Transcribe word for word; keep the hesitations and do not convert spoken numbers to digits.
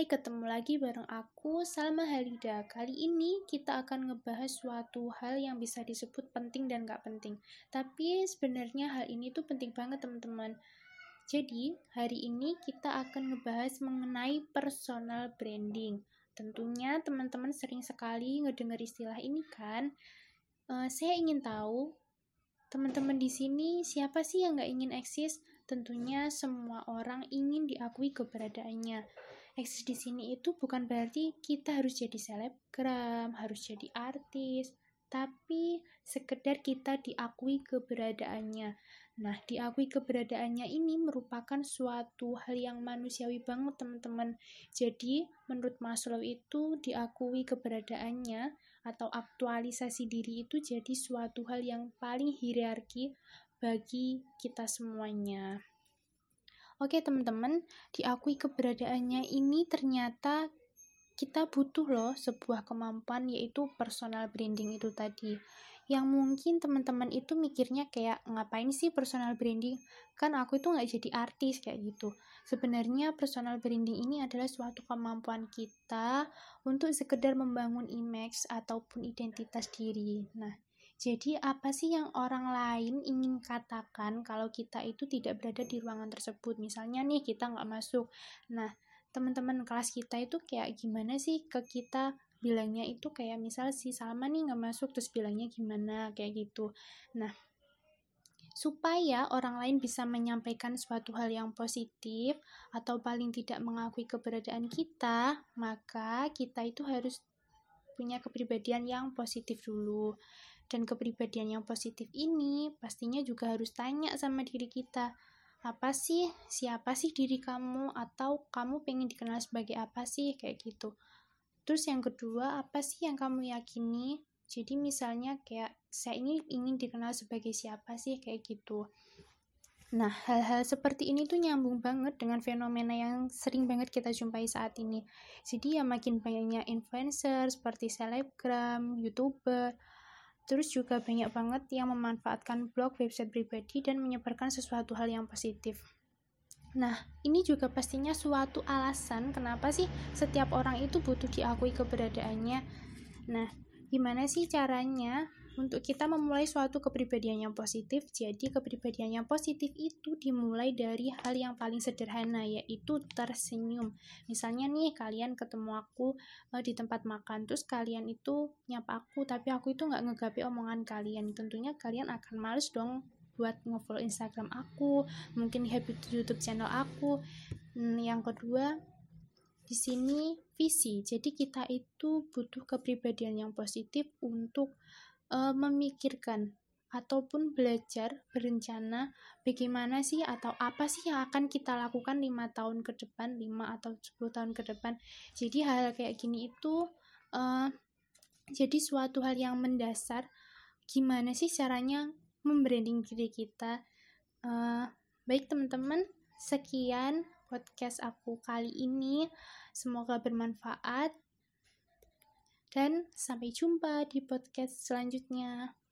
Hai, ketemu lagi bareng aku, Salma Halida. Kali ini kita akan ngebahas suatu hal yang bisa disebut penting dan gak penting. Tapi sebenarnya hal ini tuh penting banget teman-teman. Jadi, hari ini kita akan ngebahas mengenai personal branding. Tentunya teman-teman sering sekali ngedengar istilah ini kan. Uh, saya ingin tahu, teman-teman di sini siapa sih yang gak ingin eksis? Tentunya semua orang ingin diakui keberadaannya. Eksis di sini itu bukan berarti kita harus jadi selebgram, harus jadi artis, tapi sekedar kita diakui keberadaannya. Nah, diakui keberadaannya ini merupakan suatu hal yang manusiawi banget, teman-teman. Jadi, menurut Maslow itu diakui keberadaannya atau aktualisasi diri itu jadi suatu hal yang paling hierarki bagi kita semuanya. Oke teman-teman, diakui keberadaannya ini ternyata kita butuh loh sebuah kemampuan, yaitu personal branding itu tadi. Yang mungkin teman-teman itu mikirnya kayak, ngapain sih personal branding? Kan aku itu nggak jadi artis kayak gitu. Sebenarnya personal branding ini adalah suatu kemampuan kita untuk sekedar membangun image ataupun identitas diri. Nah, jadi apa sih yang orang lain ingin katakan kalau kita itu tidak berada di ruangan tersebut? Misalnya nih kita nggak masuk. Nah, teman-teman kelas kita itu kayak gimana sih ke kita bilangnya itu kayak misal si Salma nih nggak masuk terus bilangnya gimana kayak gitu. Nah, supaya orang lain bisa menyampaikan suatu hal yang positif atau paling tidak mengakui keberadaan kita, maka kita itu harus punya kepribadian yang positif dulu. Dan kepribadian yang positif ini pastinya juga harus tanya sama diri kita, apa sih, siapa sih diri kamu, atau kamu pengen dikenal sebagai apa sih, kayak gitu. Terus yang kedua, apa sih yang kamu yakini? Jadi misalnya kayak, saya ini ingin dikenal sebagai siapa sih, kayak gitu. Nah, hal-hal seperti ini tuh nyambung banget dengan fenomena yang sering banget kita jumpai saat ini. Jadi ya makin banyaknya influencer seperti selebgram, youtuber, terus juga banyak banget yang memanfaatkan blog, website pribadi dan menyebarkan sesuatu hal yang positif. Nah, ini juga pastinya suatu alasan kenapa sih setiap orang itu butuh diakui keberadaannya. Nah, gimana sih caranya untuk kita memulai suatu kepribadian yang positif? Jadi, kepribadian yang positif itu dimulai dari hal yang paling sederhana, yaitu tersenyum. Misalnya nih, kalian ketemu aku uh, di tempat makan, terus kalian itu nyapa aku, tapi aku itu nggak ngegape omongan kalian. Tentunya kalian akan males dong buat nge-follow Instagram aku, mungkin lihat YouTube channel aku. Hmm, yang kedua, di sini visi. Jadi kita itu butuh kepribadian yang positif untuk uh, memikirkan ataupun belajar berencana bagaimana sih atau apa sih yang akan kita lakukan lima tahun ke depan, lima atau sepuluh tahun ke depan. Jadi hal kayak gini itu uh, jadi suatu hal yang mendasar, gimana sih caranya membranding diri kita. Uh, baik teman-teman, sekian podcast aku kali ini. Semoga bermanfaat dan sampai jumpa di podcast selanjutnya.